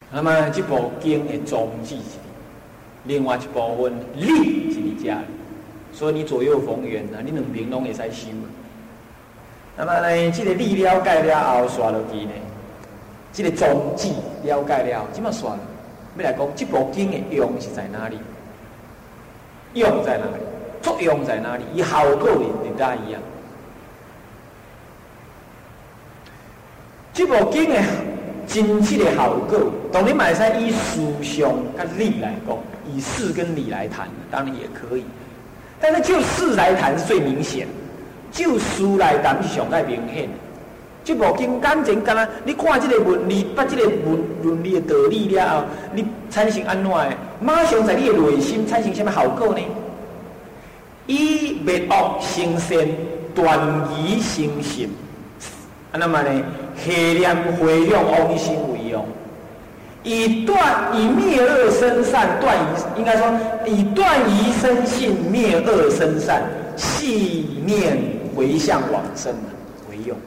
那么这部经的宗旨是，另外一部分理是你家，所以你左右逢源啊，你两边拢会使修。那么呢，这个理了解了后，刷落去呢，这个宗旨了解了后，怎么刷？要来讲这部经的用是在哪里？用在哪里？作用在哪里？伊效果也不大一样。这部经的真切的效果，当然嘛会使以事上跟理来讲，以事跟理来谈，当然也可以。但是就事来谈是最明显，就事来谈是上太明显。这部经简简干啊，你看这个文理，把这个伦理的道理了后，你产生安怎的？马上在你的内心产生什么效果呢？以灭恶生善，断疑生信。那么呢，下念回向阿弥心为用，以灭恶生善，应该说以断疑生信，灭恶生善，细念回向往生为用。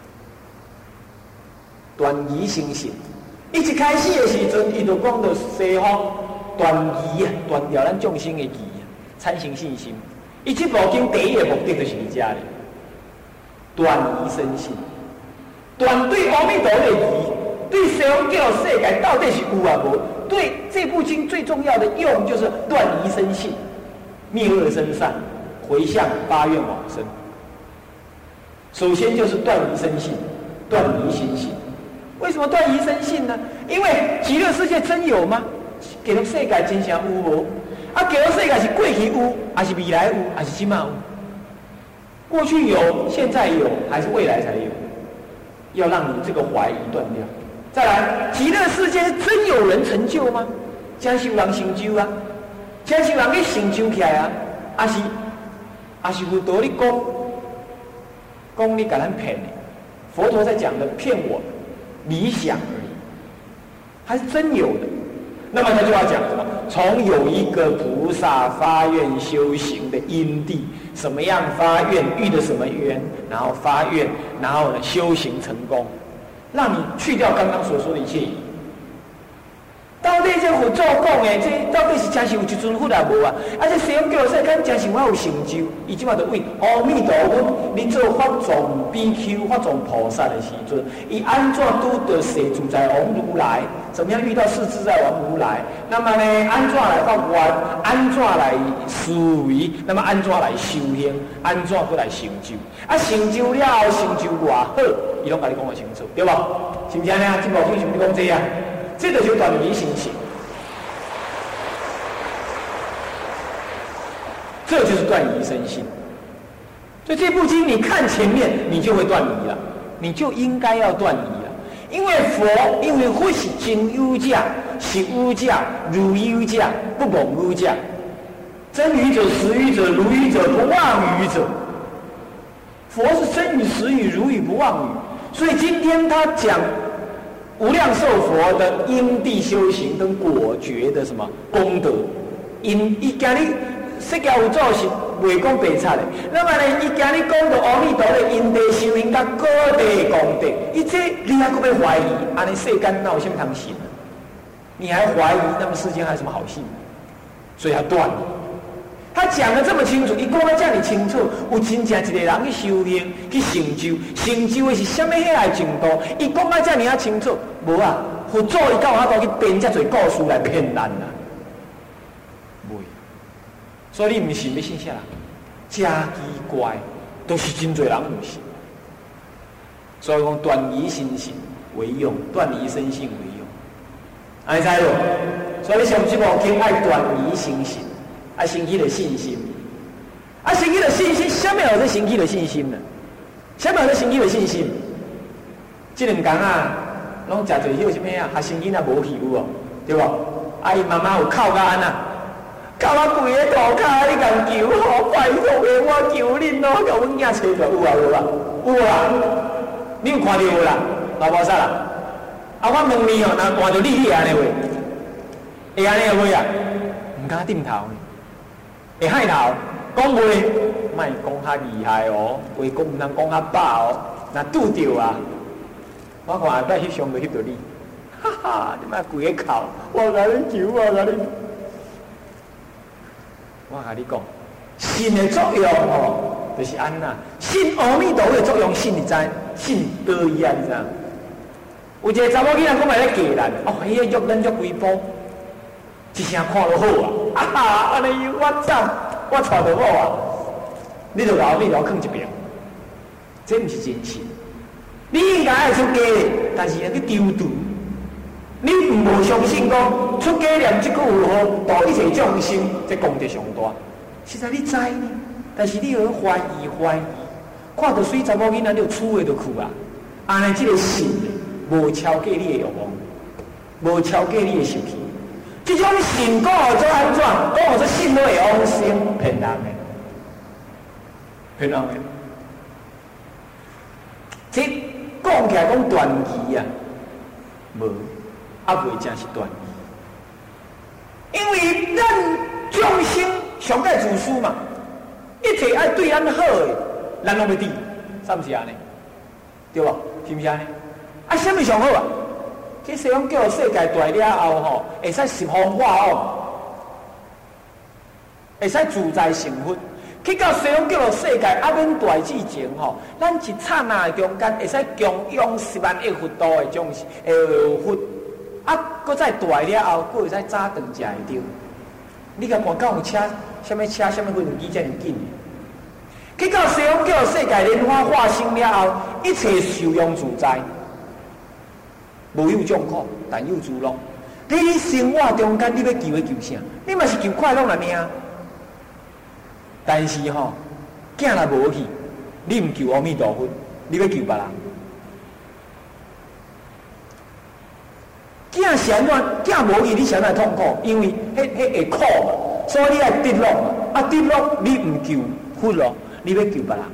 断疑生信，一开始的时阵，伊就讲到西方断疑啊，断掉咱众生的疑啊，产生信心。伊这部经第一个目的就是你家的断疑生信。断对阿弥陀的疑，对西方极乐世界到底是有啊无？对这部经最重要的用就是断疑生信，灭恶生善，回向发愿往生。首先就是断疑生信，断疑生信。为什么断疑生信呢？因为极乐世界真有吗？极乐世界真正有无？啊，极乐世界是过去有，还是未来有，还是今嘛有？过去有，现在有，还是未来才有？要让你这个怀疑断掉。再来，极乐世界真有人成就吗？真是有人成就啊，真是有人去成就起来啊，还是有道理讲你给咱骗的。佛陀在讲的骗我理想而已，还是真有的。那么他就要讲什么？从有一个菩萨发愿修行的因地，什么样发愿，遇的什么缘，然后发愿，然后呢修行成功，让你去掉刚刚所说的一切疑。到底这佛祖讲的，这到底是真是有一尊佛啊无啊？啊，这西方极乐世界真是我有成就，伊即马就为阿弥陀佛，你做法众比丘、法众菩萨的时阵，伊安怎拄到世自在王如来？怎么样遇到世自在王如来？那么呢，安怎来发愿？安怎来思维？那么安怎来修行？安怎过来成就？啊，成就了后，成就偌好，伊拢甲你讲得清楚，对无？是不是呢？这部经是不是讲这样？这个就断疑生信，这就是断疑生信。所以这部经你看前面，你就会断疑了，你就应该要断疑了。因为佛是真有者，是有者，如有者，不妄有者。真语者、实语者、如语者、不妄语者。佛是真语、实语、如语、不妄语。所以今天他讲无量寿佛的因地修行跟果觉的什么功德，伊今日释迦有祖是未讲白贼的，那么呢，伊今日讲到阿弥陀的因地修行甲果地功德，伊这你还阁要怀疑，安尼世间哪有什么通信？你还怀疑，那么世间还有什么好信？所以他断了。他讲得这么清楚，伊讲得这么清楚，有真正一个人去修行、去成就，成就的是什么迄个程度？伊讲得这么啊清楚，无啊，佛祖伊到遐度去编这侪故事来骗人啊，袂。所以你唔信要信啥人？真奇怪，都是真侪人唔信。所以讲断疑生信为用，断疑生信为用，安尼知无？所以你上这部经爱断疑生信。啊，升起了信心，啊，升起了信心，什么有在升起了信心呢？什么有在升起了信心？这两天啊，拢食最少什么啊？学生囡仔无去有哦，对不？啊，伊妈妈有哭到安那，哭到跪喺涂骹，你共求我，拜托的，我求恁咯，甲阮囝找着有啊无啊？有啊，你有看到无啦？老菩萨啦，啊，我问你哦，若看到你安尼话，会安尼个话啊？唔敢点头呢？会害头，讲话莫讲较厉害哦，话讲唔通讲较饱哦。若拄着啊，我看后摆翕相就翕到你， 哈哈，你妈鬼个哭，我甲你求，我甲你讲，信的作用哦，就是安那，信阿弥陀佛的作用，信你知，信得意啊，你知？有一个查某囡仔讲来咧嫁咱，哦，伊个约咱约几步，一声看落好啊，啊哈，安尼我走，我娶到某啊，你就老你老囥一边，这毋是真信。你应该爱出家，但是你丢毒。你无相信讲出家念这句有好，度一切众生，这功德上大。实在你知呢，但是你又怀疑，看到水查某囡仔，你就厝的就去啊。安尼这个信无超过你的欲望，无超过你的受气。这种信讲好做安怎？讲好做信都会往生，骗人的，骗人的。这讲起来讲断疑啊，无。啊，未正是断义，因为咱众生上界自私嘛，一切爱对咱好的，咱拢要滴，是毋是安尼？对无？是毋是安尼？啊，什么上好啊？这西方叫世界大了后吼，会使十方化哦，会使自在成佛。去到西方叫世界阿免大之前吼，咱一刹那中间会使供养10万亿佛度的种佛。啊，搁再大了后，搁会使早顿食会着。你甲看到有车，什么车，什么飞机这么紧？去到西方叫世界莲花化身了后，一切受用自在，无有众苦，但有自乐。你生活中间，你要求啥？你嘛是求快乐啦命。但是吼，囝若无去，你唔求阿弥陀佛，你要求别人。囝是安怎？囝无去，你是安怎痛苦？因为迄会苦嘛，所以你爱得乐嘛。啊，得乐你唔求佛咯，你要求别人，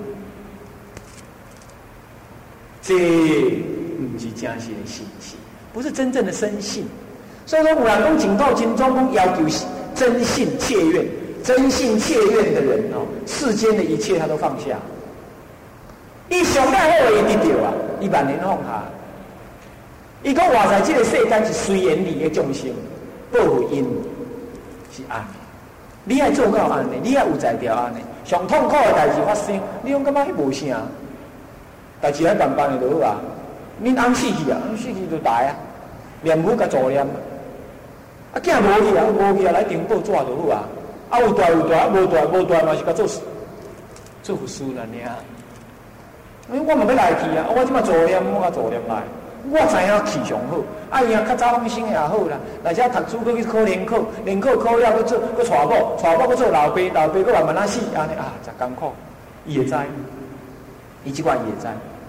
这唔是真实的信心，不是真正的深信。所以说，有人讲净土经中讲要求真信切愿，真信切愿的人哦，世间的一切他都放下。伊上界好的伊得到啊，伊万年放下。伊讲活在这个世间是随缘里的众生，报复因是安尼。你爱做到安尼，你爱有才调安尼。上痛苦的代志发生，你讲感觉迄无啥，代志爱办办的就好啊。恁翁死去啊，死去就大啊，念佛甲助念啊。啊，囝无去啊，无去啊，来订报纸就好啊。啊，有大，无大嘛是甲做佛师啦尔。我嘛要来去啊，我即马助念，我甲助念来。我知影气上好，啊伊啊较早放生也好啦，来遮读书搁去考联考，联考考了搁做搁娶某，搁做老爸搁慢慢啊死，安尼啊真艰苦。伊会知，伊即款伊会知。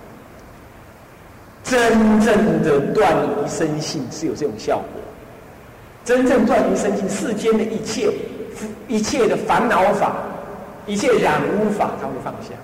真正的断疑生信是有这种效果，真正断疑生信，世间的一切的烦恼法，一切染污法，他会放下，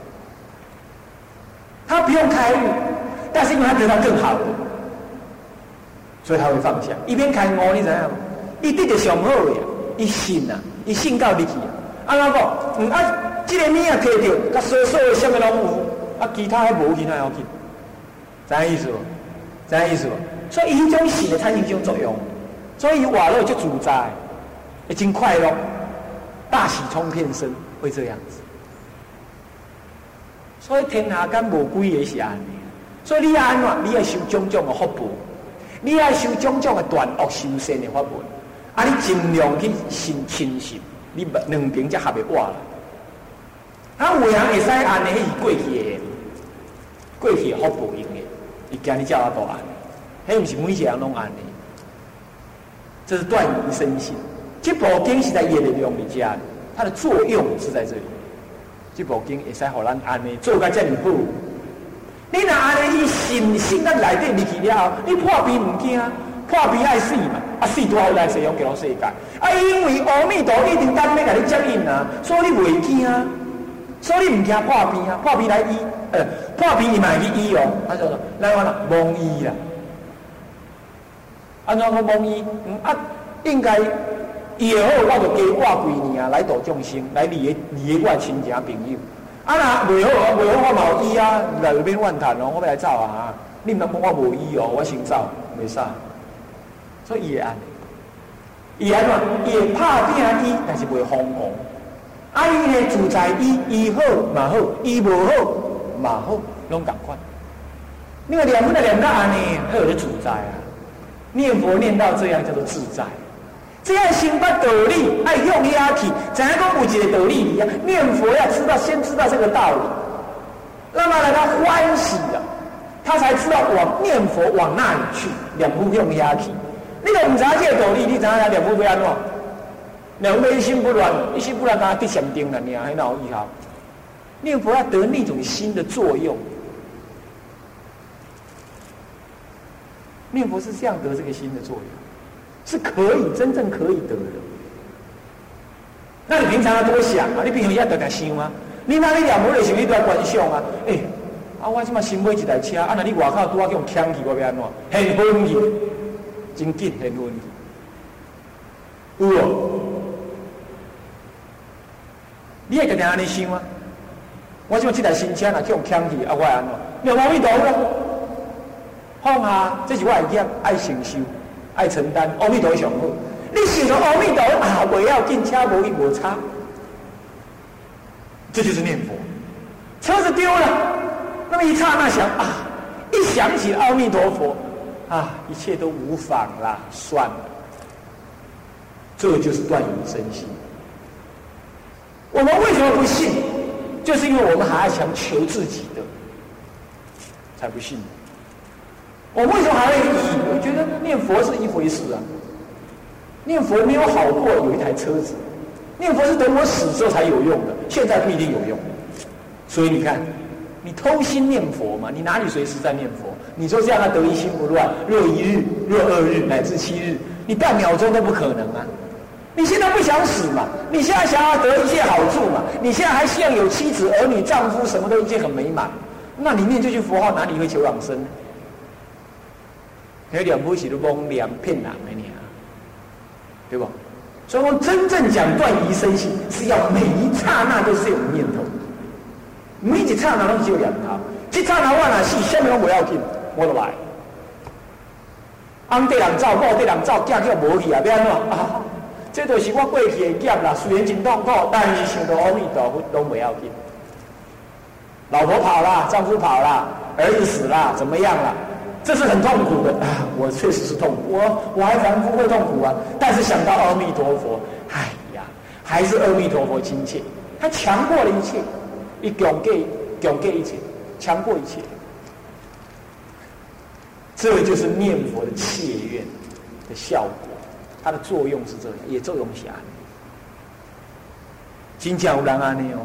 他不用开悟。但是因为他得到更好的，所以他会放下。一边开悟，你知影吗？伊得着上好的，伊信啊，伊信到入去啊。安怎讲？啊，这个物啊摕着，甲所有什么拢有，啊，其他还无去，哪要紧？知影意思无？知影意思无？所以伊迄种信的产生这种作用，所以活落就自在，会真快乐，大喜冲天身，会这样子。所以天下间无几个是安尼。所以你要安怎？你要修种种的福报，你要修种种的断恶修善的法门。啊，你尽量去亲信，你两边才合会活啦。啊，有人会使安尼，是过去的福报用的，伊今日叫我都安尼，迄毋是每一个人拢安尼。这是断疑生信。这部经是在业力量里加的，它的作用是在这里。这部经会使互咱安尼做甲遮尔好。你若安尼去信咱内底入去了后，你破病唔惊，破病爱死嘛，啊死多好来西方极乐世界，啊因为阿弥陀一定当面甲你接应啊，所以你袂惊啊，所以你唔惊破病啊，破病来医，破病伊嘛去医哦，啊就说来我啦，蒙医啦，安怎讲蒙医？啊应该以后我就加活几年啊，来度众生，来利益我亲戚朋友。啊若袂好，我嘛有医啊，来边怨叹哦，我要来走啊！你毋通讲我无医哦，我先走，袂使。 所以伊会安尼，伊安怎？伊会拍拼伊，但是袂疯狂。啊，伊呢自在伊好嘛好，伊无好嘛好，拢同款。你话念佛的念到安尼，还有咧自在啊！念佛念到这样叫做自在。这样心捌道理，爱用力去，知影讲有一个道理一样。念佛要知道，先知道这个道理，那么让他欢喜了，他才知道往念佛往那里去，念佛用力去。你都唔知这个道理，你知影念佛要安怎？念佛一心不乱，一心不乱，他得禅定了，你还哪有以后？念佛要得那种心的作用。念佛是这样得这个心的作用，是可以真正可以得的。那你平常要多想啊，你平常要多加想啊。你那你念佛的时候，你都要观想啊。我即马新买一台车，那你外口拄啊叫抢去，我要安怎？现分去，真紧现分去，有哦。你会定定安尼想啊？我即马这台新车若叫抢去，我安怎？念阿弥陀佛。放下，这是我的业，爱承受，爱承担。阿弥陀上好，你想着阿弥陀啊，不要紧，车无一无差，这就是念佛。车子丢了，那么一刹那想啊，一想起阿弥陀佛啊，一切都无妨啦，算了。这就是断疑生信。我们为什么不信？就是因为我们还要想求自己的，才不信。我为什么还会疑？我觉得念佛是一回事啊。念佛没有好过有一台车子，念佛是等我死之后才有用的，现在不一定有用。所以你看，你偷心念佛嘛，你哪里随时在念佛？你说这样他得一心不乱，若一日，若二日，乃至7日，你半秒钟都不可能啊！你现在不想死嘛？你现在想要得一切好处嘛？你现在还希望有妻子、儿女、丈夫，什么都一切很美满，那你念这句佛号哪里会求往生呢？那念佛是都蒙念骗人的呢，对不？所以我真正讲断疑生信，是要每一刹那都是有念头，每一刹那都是有念头。这刹那我若死，什么拢不要紧，我就来。翁对人走，某对人走，囝叫无去啊，要安怎啊？这就是我过去的业啦，虽然真痛苦，但是想到阿弥陀佛都不要紧。老婆跑了，丈夫跑了，儿子死了，怎么样了？这是很痛苦的啊！我确实是痛苦，我还凡夫会痛苦啊。但是想到阿弥陀佛，哎呀，还是阿弥陀佛亲切，他强过了一切，一强给一切，强过一切。这就是念佛的切愿的效果，它的作用是这样，也作用是安尼。真正有人安尼哦，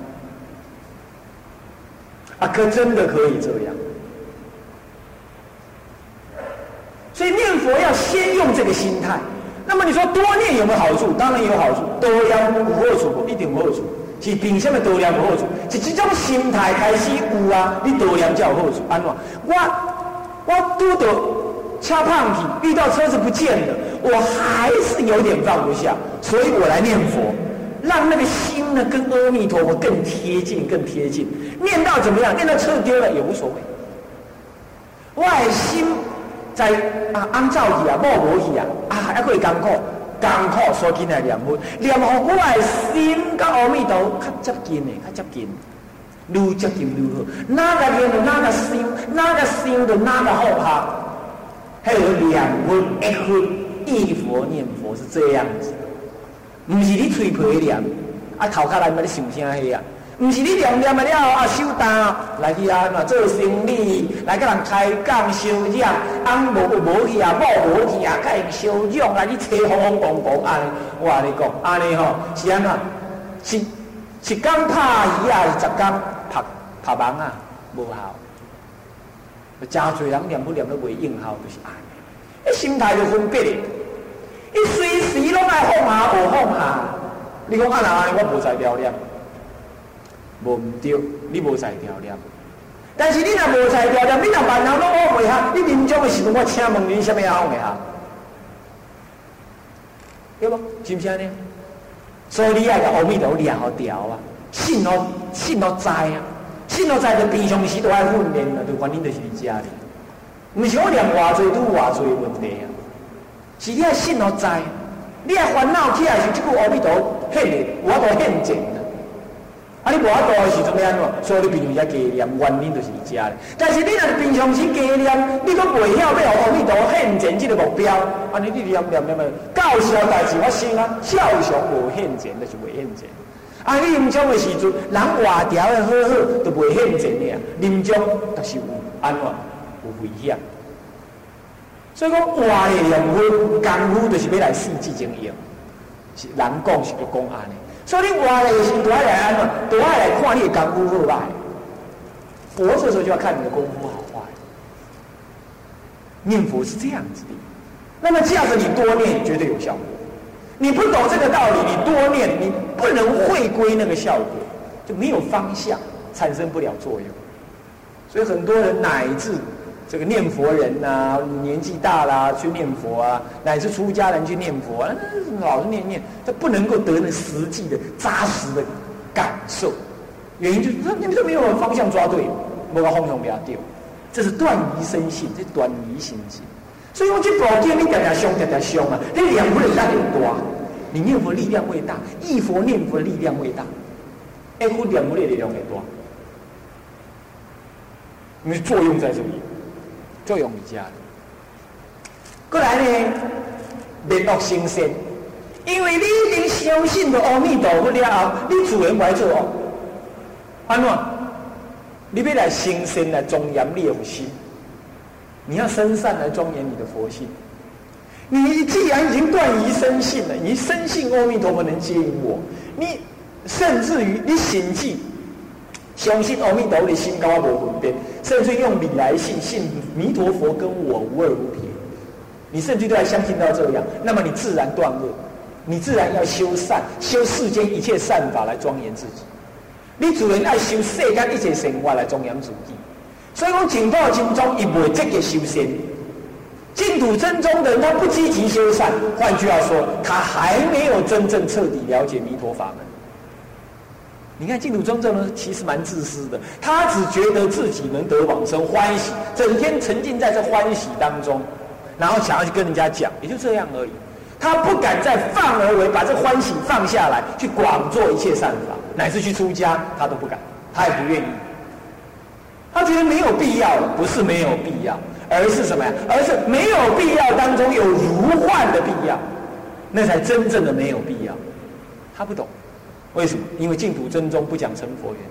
啊，可真的可以这样。所以念佛要先用这个心态。那么你说多念有没有好处？当然有好处，多念有好处不？一定有好处。是凭什么多念有好处？是这种心态开始有啊，你多念才有好处。安怎？我拄到车胖去，遇到车子不见了，我还是有点放不下，所以我来念佛，让那个心呢跟阿弥陀佛更贴近，更贴近。念到怎么样？念到车丢了也无所谓。我的心。在按照去啊，某无去啊，还佫会艰苦，所以来念佛，念佛我的心甲阿弥陀较接近的，较接近，愈接近愈好。哪个念就哪个想就哪个好拍。还有念佛一佛一佛念佛是这样子，不是你嘴皮念，头壳内面咧想啥迄啊。不是你念了收单来去啊，做生意，来甲人开讲收养，无去啊，某无去啊，甲人收养来去吹风风光光安尼，我安尼讲，安尼吼是安怎？一工拍鱼啊，10工拍网啊，无效。真侪人念都袂应效，就是安尼。心态就分别的，伊随时拢爱放下，无放下。你讲安尼，我无才调念。无唔对，你无才调念。但是你若无才调念，你若万人拢学袂晓，你临终的时候，我请问你，什么样学袂晓？对不？是不是安尼？所以你要甲阿弥陀佛念好调啊，信好知啊，信好知就平常时都爱训练啊，就原因就是你家里，唔是我念偌济都偌济问题啊。 是你要信互知。你若烦恼起来时，即句阿弥陀显的，我都现前啦。啊，你无法度的时阵要安怎？所以你平常时加念，原因就是遮咧。但是你若是平常时加念，你都袂晓要阿弥陀现前这个目标，安尼你念，到时候代志发生啊，照常无现前，就是袂现前。啊，你临终的时阵，人活条的好好，都袂现前的啊。临终就是有安怎？有危险。所以讲活的念佛功夫，就是要来四季经用，是人讲是就讲安尼。所以你活的时候，都爱来安怎？都爱来看你的功夫好坏。佛这时候就要看你的功夫好坏。念佛是这样子的，那么这样子你多念绝对有效果。你不懂这个道理，你多念你不能回归那个效果，就没有方向，产生不了作用。所以很多人乃至这个念佛人啊，年纪大啦去念佛啊，乃至出家人去念佛啊，老是念，他不能够得那实际的扎实的感受。原因就是你们都没有方向抓对，没有方向不要丢，这是断疑生信，这断疑心经。所以我这部经你常凶啊，你念佛的力量大，你念佛力量会大，忆佛念佛的力量会大，念佛念佛的力量会大，因为作用在这里，作用在家。过来呢，灭恶生善，因为你已经相信了阿弥陀佛了后，你自然不爱做恶。安怎？你要来生善来庄严你的心。你要生善来庄严你的佛性。你既然已经断疑生信了，你深信阿弥陀佛能接引我，你甚至于你谨记相信阿弥陀佛的心跟我无分别，甚至用理来信弥陀佛跟我无二无别，你甚至都要相信到这样，那么你自然断恶，你自然要修善，修世间一切善法来庄严自己，你自然要修世间一切善法来庄严自己。所以讲净土经中也不积极修善，净土真宗的人他不积极修善，换句话说，他还没有真正彻底了解弥陀法门。你看净土真宗呢，其实蛮自私的，他只觉得自己能得往生欢喜，整天沉浸在这欢喜当中，然后想要去跟人家讲，也就这样而已。他不敢再放而为，把这欢喜放下来，去广做一切善法，乃至去出家，他都不敢，他也不愿意。他觉得没有必要，不是没有必要，而是什么呀？而是没有必要当中有如幻的必要，那才真正的没有必要。他不懂，为什么？因为净土真宗不讲成佛原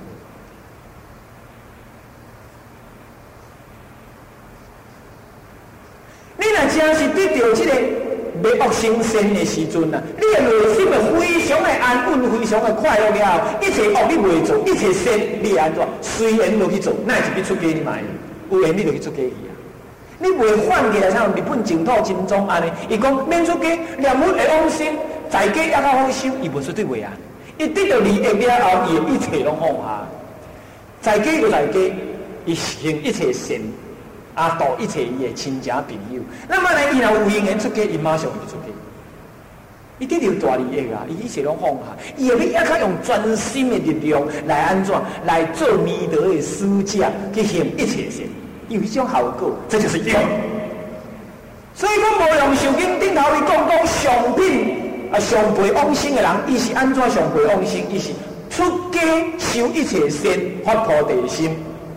理。你若真是得到这个灭恶生善的时阵啊，你的内心会非常的安稳，非常的快乐了后，一切恶你袂做，一切善你安怎随缘落去做，那是要出家你买，有缘你就去出家去啊。你袂反过来像日本净土真宗安尼，伊讲免出家，念佛会往生，在家也较好修，伊无绝对袂安。伊得到利益了后，伊一切拢放下，在家就在家，伊行一切善。度一切伊的亲戚朋友，那么呢，伊若有因缘出家，伊马上就出家。伊得到大利益啊！伊一切拢放下，伊会要较用专心的力量来安怎来做弥陀的使者，去行一切善，有一种效果，这就是用。所以讲无用受经顶头伊讲上品啊上培往生的人，伊是安怎上培往生？伊是出家修一切善，发菩提心。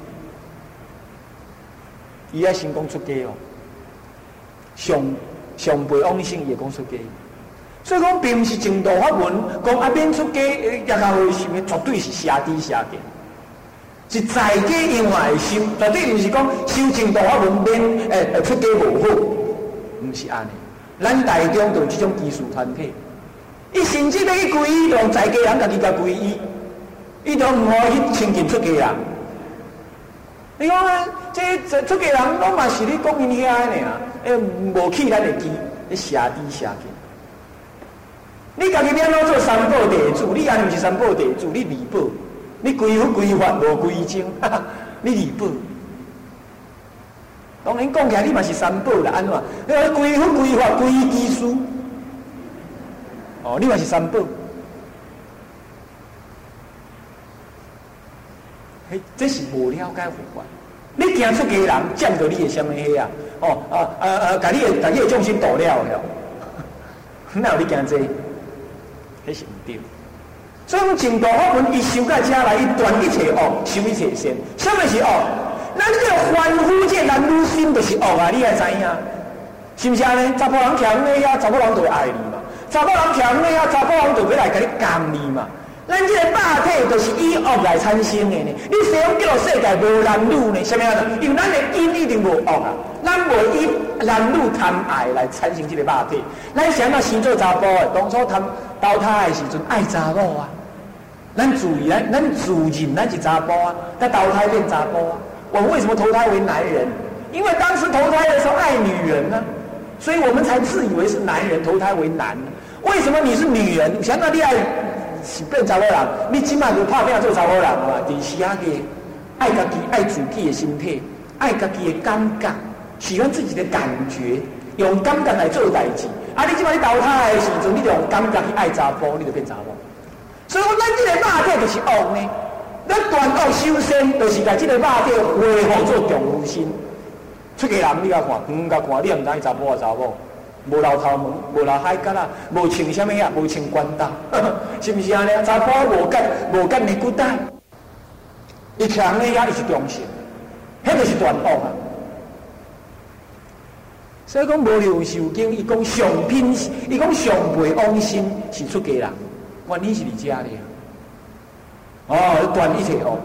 伊要先讲出家哦，上辈往生也讲出家，所以讲并不是净土法门讲啊免出家也较好修，绝对是邪知邪见，是在家以外修，绝对不是讲修净土法门免出家无好，不是安尼。咱台中就有这种技术团体，伊甚至要去皈依，让在家人家己甲皈依，伊都唔好去亲近出家人。你讲啊，这出家人拢嘛是你讲因遐尔，无起咱的机，你邪知邪见。你家己要怎做三宝地主？你安尼毋是三宝地主，你二宝，你归佛归法无归宗，你二宝。当然讲起来，你嘛是三宝啦，安怎？你话归佛归法归基书，哦，你嘛是三宝。嘿，这是无了解佛法。你行出家人，占到你的什么遐啊？甲你的重心倒了了。 哪有你惊这？迄是唔对。所以讲净土法门，伊修到遮来，伊断一切恶，修一切善。什么是恶？咱这个凡夫这男女心就是恶啊！你也知影，是不是安尼？查甫人徛你遐，查某人就会爱你嘛；查某人徛你遐，查某人就要来甲你干你嘛。咱这个肉体就是以恶来产生的呢。你西方叫做世界无男女呢？什么样的？因为咱的因一定无恶啊，咱无以男女贪爱来产生这个肉体。咱想要生做查甫的，当初投胎的时阵爱查某啊。咱自然，咱自认咱是查甫啊，但投胎变查甫啊。我们为什么投胎为男人？因为当时投胎的时候爱女人呢、所以我们才自以为是男人，投胎为男。为什么你是女人？想到你爱是变查某人，你今晚就拍拼做查某人嘛？就是那个爱家己、爱自己的身体，爱家己的感觉，喜欢自己的感觉，用感觉来做代志。啊，你今晚你投胎的时阵，你就用感觉去爱查甫，你就变查某。所以讲，咱这个肉体就是恶呢。咱断恶修善，就是把这个肉体恢复做丈夫心。出家人你甲看，甲看，你也唔知查某啊查某，无留头毛，无留海角啊，无穿什么啊，无穿冠带，是不是安尼？查甫无剪尼骨带，伊徛咧遐，伊是中性，迄就是断恶啊。所以讲无量寿经，伊讲上品，伊讲上辈往生是出家人，原理是伫遮咧。哦，断一切恶。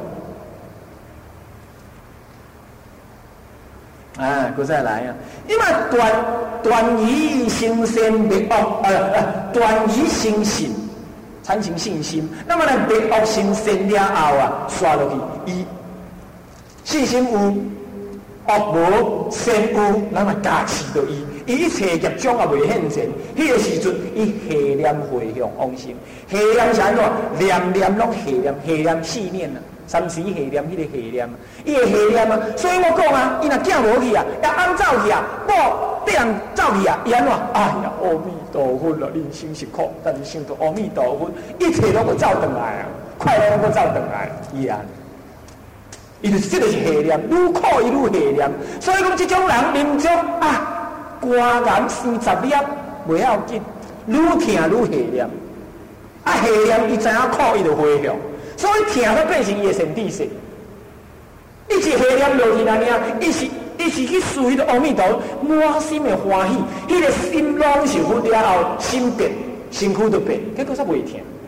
啊，搁再来啊！因为断疑心善灭恶，断疑心信，产生信心。那么呢，灭恶心善了后啊，刷落去，伊信心有，恶无，善有，咱嘛加持到伊。伊一切业障也未现前，迄个时阵，伊下念回向往生。下念是安怎？念念拢下念四念啊，三时下念迄个下念，伊个下念啊。所以我讲啊，伊若囝无去啊，要翁走去啊，某缀人走去啊，伊安怎？哎呀，阿弥陀佛啦，人生是苦，但是想到阿弥陀佛，一切拢会走回来啊，快乐拢会走回来，伊安。伊就是这个是下念，愈苦伊愈下念。所以讲，这种人临终啊。肝癌生10粒，袂要紧，愈疼愈下念。啊，下念伊知影苦，伊就回向，所以疼都变成伊的身体色。一直下念落去那尔，伊是去随迄个阿弥陀满心的欢喜，迄个心拢是佛了后，心变，身躯就变，结果煞袂疼。